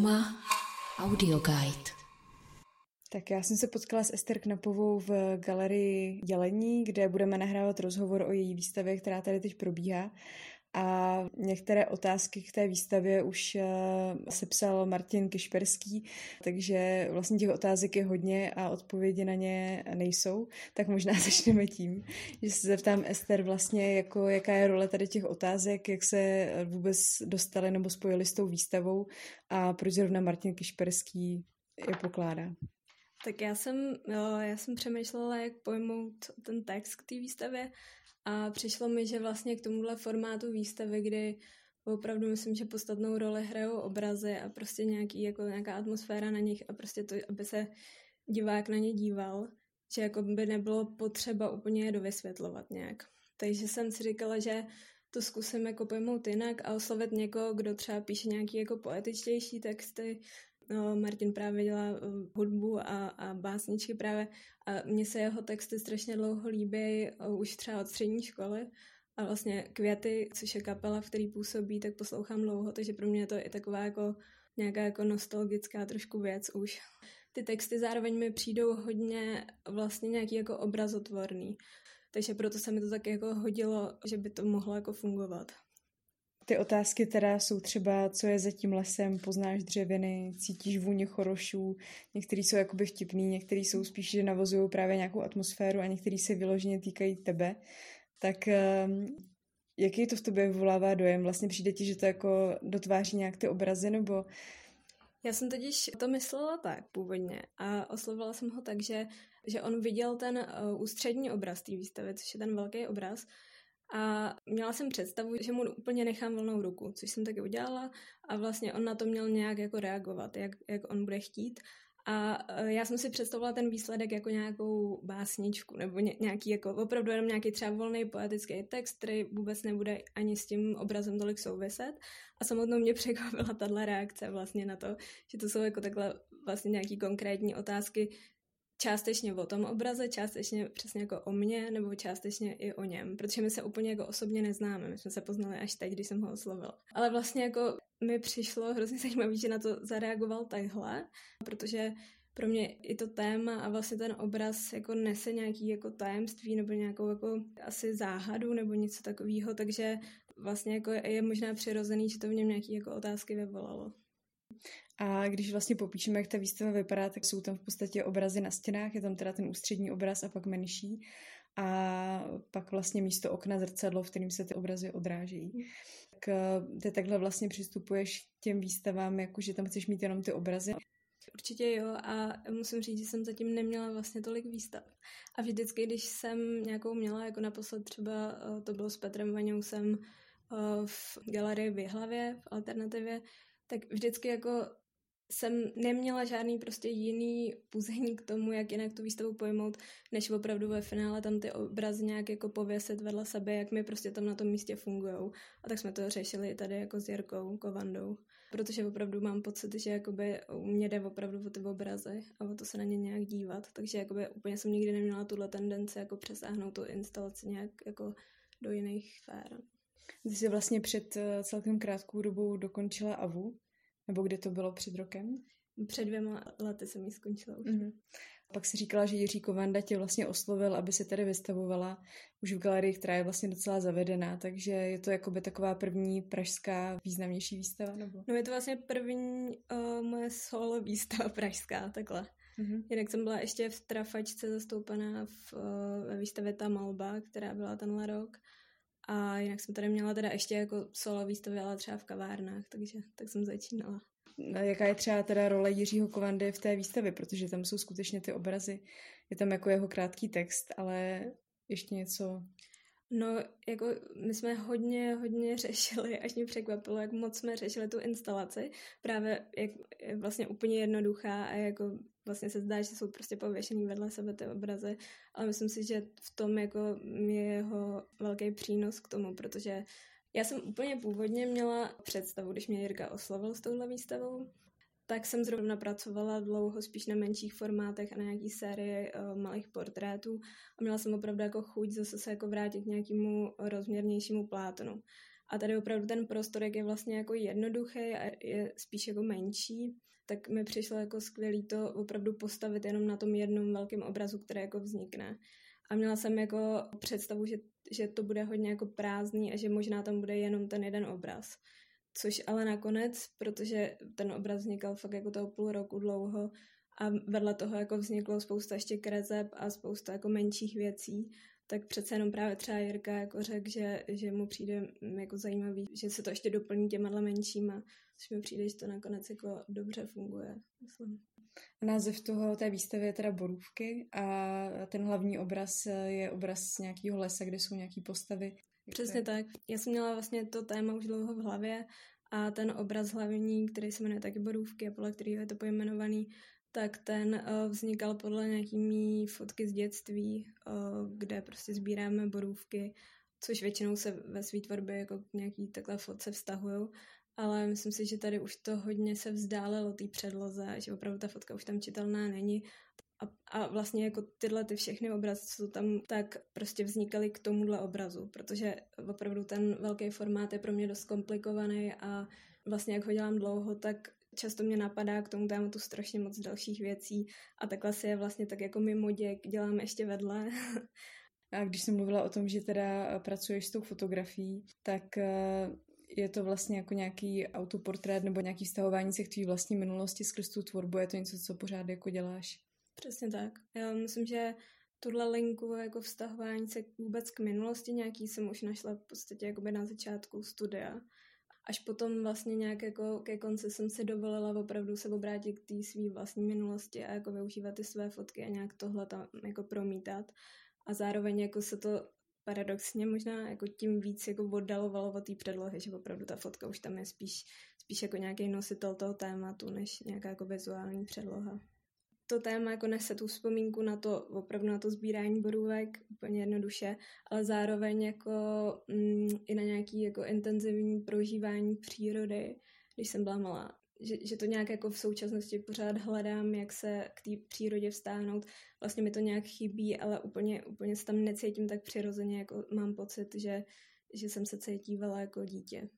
Trauma Audio Guide. Tak já jsem se potkala s Ester Knapovou v galerii Jelení, kde budeme nahrávat rozhovor o její výstavě, která tady teď probíhá. A některé otázky k té výstavě už sepsal Martin Kišperský, takže vlastně těch otázek je hodně a odpovědi na ně nejsou. Tak možná začneme tím, že se zeptám Ester vlastně, jaká je role tady těch otázek, jak se vůbec dostali nebo spojili s tou výstavou a proč zrovna Martin Kišperský je pokládá. Tak já jsem přemýšlela, jak pojmout ten text k té výstavě a přišlo mi, že vlastně k tomuhle formátu výstavy, kdy opravdu myslím, že podstatnou roli hrajou obrazy a prostě nějaká atmosféra na nich a prostě to, aby se divák na ně díval, že jako by nebylo potřeba úplně je dovysvětlovat nějak. Takže jsem si říkala, že to zkusím jako pojmout jinak a oslovit někoho, kdo třeba píše nějaký jako poetičtější texty. Martin právě dělá hudbu a básničky právě a mně se jeho texty strašně dlouho líbí už třeba od střední školy a vlastně Květy, což je kapela, v který působí, tak poslouchám dlouho, takže pro mě je to i taková jako nějaká jako nostalgická trošku věc už. Ty texty zároveň mi přijdou hodně vlastně nějaký jako obrazotvorný, takže proto se mi to tak jako hodilo, že by to mohlo jako fungovat. Ty otázky teda jsou třeba, co je za tím lesem, poznáš dřeviny, cítíš vůni chorošů, některý jsou jakoby vtipný, některý jsou spíš, že navozují právě nějakou atmosféru a některý se vyloženě týkají tebe. Tak jaký to v tobě vyvolává dojem? Vlastně přijde ti, že to jako dotváří nějak ty obrazy, nebo... Já jsem totiž to myslela tak původně a oslovila jsem ho tak, že on viděl ten ústřední obraz té výstavy, což je ten velký obraz, a měla jsem představu, že mu úplně nechám volnou ruku, což jsem taky udělala a vlastně on na to měl nějak jako reagovat, jak on bude chtít. A já jsem si představila ten výsledek jako nějakou básničku nebo nějaký jako opravdu jenom nějaký třeba volný poetický text, který vůbec nebude ani s tím obrazem tolik souviset. A samotnou mě překvapila tahle reakce vlastně na to, že to jsou jako takhle vlastně nějaký konkrétní otázky, částečně o tom obraze, částečně přesně jako o mně, nebo částečně i o něm, protože my se úplně jako osobně neznáme, my jsme se poznali až teď, když jsem ho oslovila. Ale vlastně jako mi přišlo hrozně zajímavé, že na to zareagoval takhle, protože pro mě i to téma a vlastně ten obraz jako nese nějaký jako tajemství nebo nějakou jako asi záhadu nebo něco takového, takže vlastně jako je možná přirozený, že to v něm nějaký jako otázky vyvolalo. A když vlastně popíšeme, jak ta výstava vypadá, tak jsou tam v podstatě obrazy na stěnách, je tam teda ten ústřední obraz a pak menší a pak vlastně místo okna zrcadlo, v kterým se ty obrazy odrážejí. Tak ty takhle vlastně přistupuješ k těm výstavám, jako že tam chceš mít jenom ty obrazy? Určitě jo a musím říct, že jsem zatím neměla vlastně tolik výstav. A vždycky, když jsem nějakou měla, jako naposled třeba to bylo s Petrem Vaňousem v galerii v Jihlavě, v Alternativě, tak vždycky jako jsem neměla žádný prostě jiný puzení k tomu, jak jinak tu výstavu pojmout, než opravdu ve finále tam ty obrazy nějak jako pověsit vedle sebe, jak mi prostě tam na tom místě fungujou. A tak jsme to řešili tady jako s Jirkou Kovandou, protože opravdu mám pocit, že jakoby u mě jde opravdu o ty obrazy a o to se na ně nějak dívat, takže jakoby úplně jsem nikdy neměla tuhle tendenci jako přesáhnout tu instalaci nějak jako do jiných sfér. Ty jsi vlastně před celkem krátkou dobou dokončila AVU, nebo kde to bylo před rokem? Před 2 lety jsem ji skončila už. Mm-hmm. Pak si říkala, že Jiří Kovanda tě vlastně oslovil, aby se tady vystavovala už v galerii, která je vlastně docela zavedená, takže je to jakoby taková první pražská významnější výstava? Nebo? No je to vlastně první moje solo výstava pražská, takhle. Mm-hmm. Jinak jsem byla ještě v Trafačce zastoupená ve výstavě Ta malba, která byla tenhle rok. A jinak jsem tady měla teda ještě jako solo výstavy, ale třeba v kavárnách, takže tak jsem začínala. Jaká je třeba teda role Jiřího Kovandy v té výstavě, protože tam jsou skutečně ty obrazy, je tam jako jeho krátký text, ale ještě něco... No, jako my jsme hodně řešili, až mě překvapilo, jak moc jsme řešili tu instalaci. Právě jak je vlastně úplně jednoduchá a jako vlastně se zdá, že jsou prostě pověšený vedle sebe ty obrazy, ale myslím si, že v tom jako je jeho velký přínos k tomu, protože já jsem úplně původně měla představu, když mě Jirka oslovil s touhle výstavou, tak jsem zrovna pracovala dlouho spíš na menších formátech a na nějaký sérii malých portrétů a měla jsem opravdu jako chuť zase se jako vrátit k nějakému rozměrnějšímu plátnu. A tady opravdu ten prostor, jak je vlastně jako jednoduchý a je spíš jako menší, tak mi přišlo jako skvělý to opravdu postavit jenom na tom jednom velkém obrazu, který jako vznikne. A měla jsem jako představu, že to bude hodně jako prázdný a že možná tam bude jenom ten jeden obraz. Což ale nakonec, protože ten obraz vznikal fakt jako toho půl roku dlouho a vedle toho jako vzniklo spousta ještě kreseb a spousta jako menších věcí, tak přece jenom právě třeba Jirka jako řekl, že mu přijde jako zajímavý, že se to ještě doplní těma menšíma, což mi přijde, že to nakonec jako dobře funguje, myslím. Název té výstavy je teda Borůvky a ten hlavní obraz je obraz nějakého lesa, kde jsou nějaké postavy. Přesně tak. Já jsem měla vlastně to téma už dlouho v hlavě a ten obraz hlavní, který se jmenuje taky Borůvky a podle kterého je to pojmenovaný, tak ten vznikal podle nějaký mý fotky z dětství, kde prostě sbíráme borůvky, což většinou se ve své tvorbě jako k nějaký takhle fotce vztahujou, ale myslím si, že tady už to hodně se vzdálilo té předloze, že opravdu ta fotka už tam čitelná není. A vlastně jako tyhle ty všechny obrazy, co tam tak prostě vznikaly k tomuhle obrazu, protože opravdu ten velký formát je pro mě dost komplikovaný a vlastně jak ho dělám dlouho, tak často mě napadá k tomu tématu strašně moc dalších věcí a takhle si je vlastně tak jako mimo děk dělám ještě vedle. A když jsem mluvila o tom, že teda pracuješ s tou fotografií, tak je to vlastně jako nějaký autoportrét nebo nějaký vztahování se k tvý vlastní minulosti skrz tu tvorbu, je to něco, co pořád jako děláš? Přesně tak. Já myslím, že tuhle linku jako vztahování se vůbec k minulosti nějaký jsem už našla v podstatě jakoby na začátku studia. Až potom vlastně nějak jako ke konci jsem si dovolila opravdu se obrátit k té svý vlastní minulosti a jako využívat ty své fotky a nějak tohle tam jako promítat. A zároveň jako se to paradoxně možná jako tím víc jako oddalovalo od té předlohy, že opravdu ta fotka už tam je spíš jako nějaký nositel toho tématu, než nějaká jako vizuální předloha. To téma jako nese tu vzpomínku na to, opravdu na to sbírání borůvek úplně jednoduše, ale zároveň jako i na nějaký jako intenzivní prožívání přírody, když jsem byla malá. Že to nějak jako v současnosti pořád hledám, jak se k té přírodě vztáhnout. Vlastně mi to nějak chybí, ale úplně se tam necítím tak přirozeně, jako mám pocit, že jsem se cítívala jako dítě.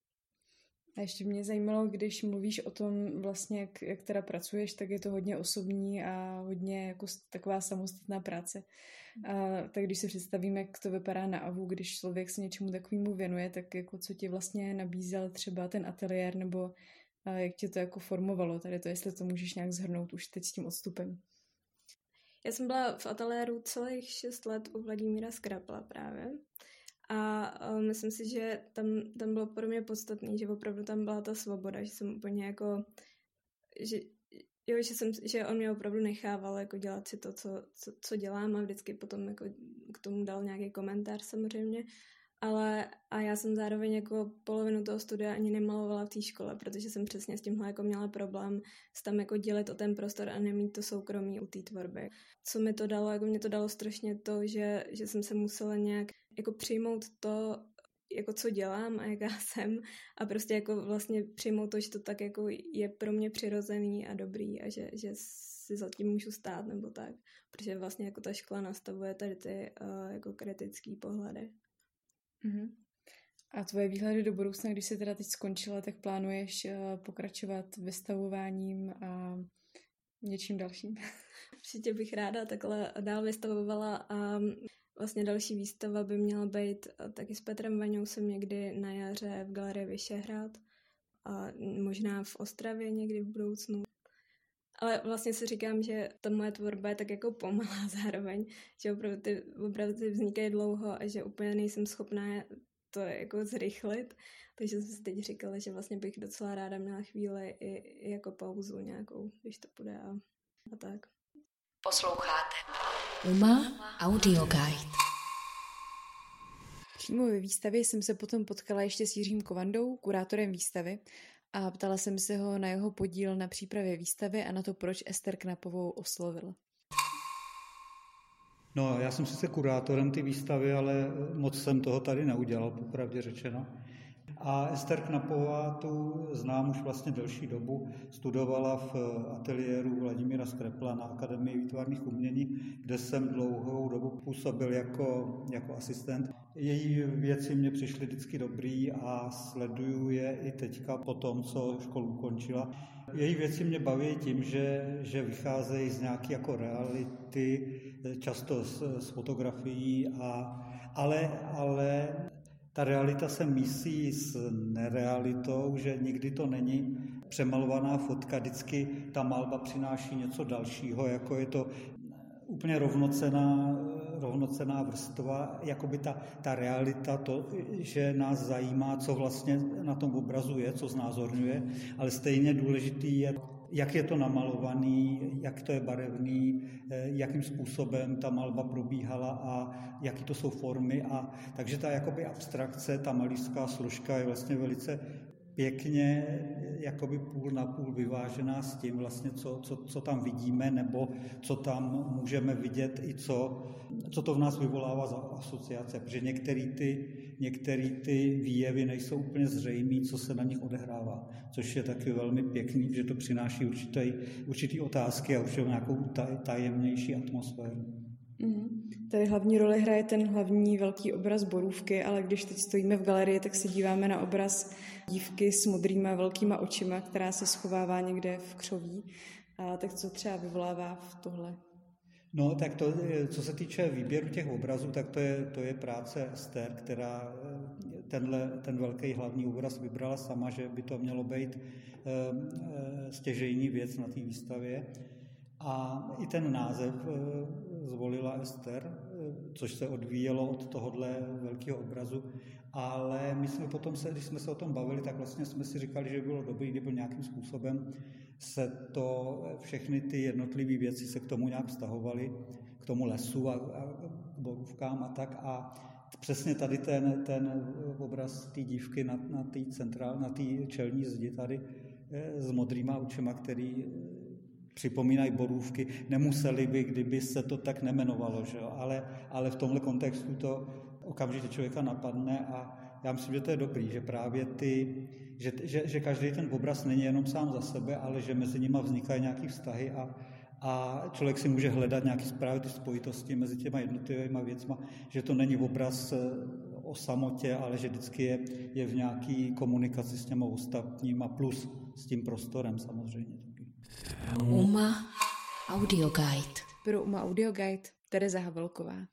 A ještě mě zajímalo, když mluvíš o tom vlastně, jak teda pracuješ, tak je to hodně osobní a hodně jako taková samostatná práce. Tak když si představím, jak to vypadá na AVU, když člověk se něčemu takovému věnuje, tak jako co ti vlastně nabízel třeba ten ateliér, nebo jak tě to jako formovalo tady to, jestli to můžeš nějak shrnout už teď s tím odstupem. Já jsem byla v ateliéru celých 6 let u Vladimíra Skrapla právě. A myslím si, že tam bylo pro mě podstatný, že opravdu tam byla ta svoboda, že jsem úplně jako, že on mě opravdu nechával jako dělat si to, co dělám a vždycky potom jako k tomu dal nějaký komentář samozřejmě. A já jsem zároveň jako polovinu toho studia ani nemalovala v té škole, protože jsem přesně s tímhle jako měla problém s tam jako dělit o ten prostor a nemít to soukromí u té tvorby. Co mi to dalo, jako mě to dalo strašně to, že jsem se musela nějak jako přijmout to, jako co dělám a jaká jsem a prostě jako vlastně přijmout to, že to tak jako je pro mě přirozený a dobrý a že si za tím můžu stát nebo tak, protože vlastně jako ta škola nastavuje tady ty jako kritický pohledy. Mm-hmm. A tvoje výhledy do budoucna, když jsi teda teď skončila, tak plánuješ pokračovat vystavováním a něčím dalším? Určitě bych ráda takhle dál vystavovala a vlastně další výstava by měla být taky s Petrem Vaňou jsem někdy na jaře v galerii Vyšehrad a možná v Ostravě někdy v budoucnu. Ale vlastně si říkám, že ta moje tvorba je tak jako pomalá zároveň, že opravdu ty obrazy vznikají dlouho a že úplně nejsem schopná to jako zrychlit. Takže jsem si teď říkala, že vlastně bych docela ráda měla chvíli i jako pauzu nějakou, když to půjde a tak. Posloucháte Uma Audio Guide. Přímo ve výstavě jsem se potom potkala ještě s Jiřím Kovandou, kurátorem výstavy, a ptala jsem se ho na jeho podíl na přípravě výstavy a na to, proč Ester Knapovou oslovil. No, já jsem sice kurátorem ty výstavy, ale moc jsem toho tady neudělal, popravdě řečeno. A Ester Knapová tu znám už vlastně delší dobu, studovala v ateliéru Vladimíra Skrepla na Akademii výtvarných umění, kde jsem dlouhou dobu působil jako asistent. Její věci mě přišly vždycky dobrý a sleduju je i teďka po tom, co školu ukončila. Její věci mě baví tím, že vycházejí z nějaké jako reality, často z fotografií, ale ta realita se mísí s nerealitou, že nikdy to není přemalovaná fotka, vždycky ta malba přináší něco dalšího, jako je to úplně rovnocenná vrstva, jakoby ta realita, to, že nás zajímá, co vlastně na tom obrazu je, co znázorňuje, ale stejně důležitý je, jak je to namalovaný, jak to je barevný, jakým způsobem ta malba probíhala a jaký to jsou formy. Takže ta jakoby abstrakce, ta malířská složka je vlastně velice pěkně jakoby půl na půl vyvážená s tím vlastně, co tam vidíme, nebo co tam můžeme vidět i co to v nás vyvolává za asociace, protože některé ty výjevy nejsou úplně zřejmé, co se na nich odehrává, což je taky velmi pěkný, že to přináší určitý otázky a určitou nějakou tajemnější atmosféru. Tady hlavní roli hraje ten hlavní velký obraz Borůvky, ale když teď stojíme v galerii, tak se díváme na obraz dívky s modrýma velkýma očima, která se schovává někde v křoví. Tak co třeba vyvolává v tohle? No, tak to, co se týče výběru těch obrazů, tak to je práce Ester, která ten velký hlavní obraz vybrala sama, že by to mělo být stěžejní věc na té výstavě. A i ten název zvolila Ester, což se odvíjelo od tohohle velkého obrazu, ale my jsme potom, když jsme se o tom bavili, tak vlastně jsme si říkali, že by bylo dobré, kdyby nějakým způsobem se všechny ty jednotlivé věci se k tomu nějak vztahovaly, k tomu lesu a k Borůvkám a tak. A přesně tady ten obraz té dívky na té čelní zdi tady s modrýma očima, který připomínají Borůvky, nemuseli by, kdyby se to tak nemenovalo, že jo? Ale v tomhle kontextu to okamžitě člověka napadne a já myslím, že to je dobrý, že právě že každý ten obraz není jenom sám za sebe, ale že mezi nimi vznikají nějaké vztahy a člověk si může hledat nějaké právě ty spojitosti mezi těma jednotlivými věcma, že to není obraz o samotě, ale že vždycky je v nějaké komunikaci s těma ostatníma plus s tím prostorem samozřejmě. UMA Audio Guide. Pro UMA Audio Guide Tereza Havelková.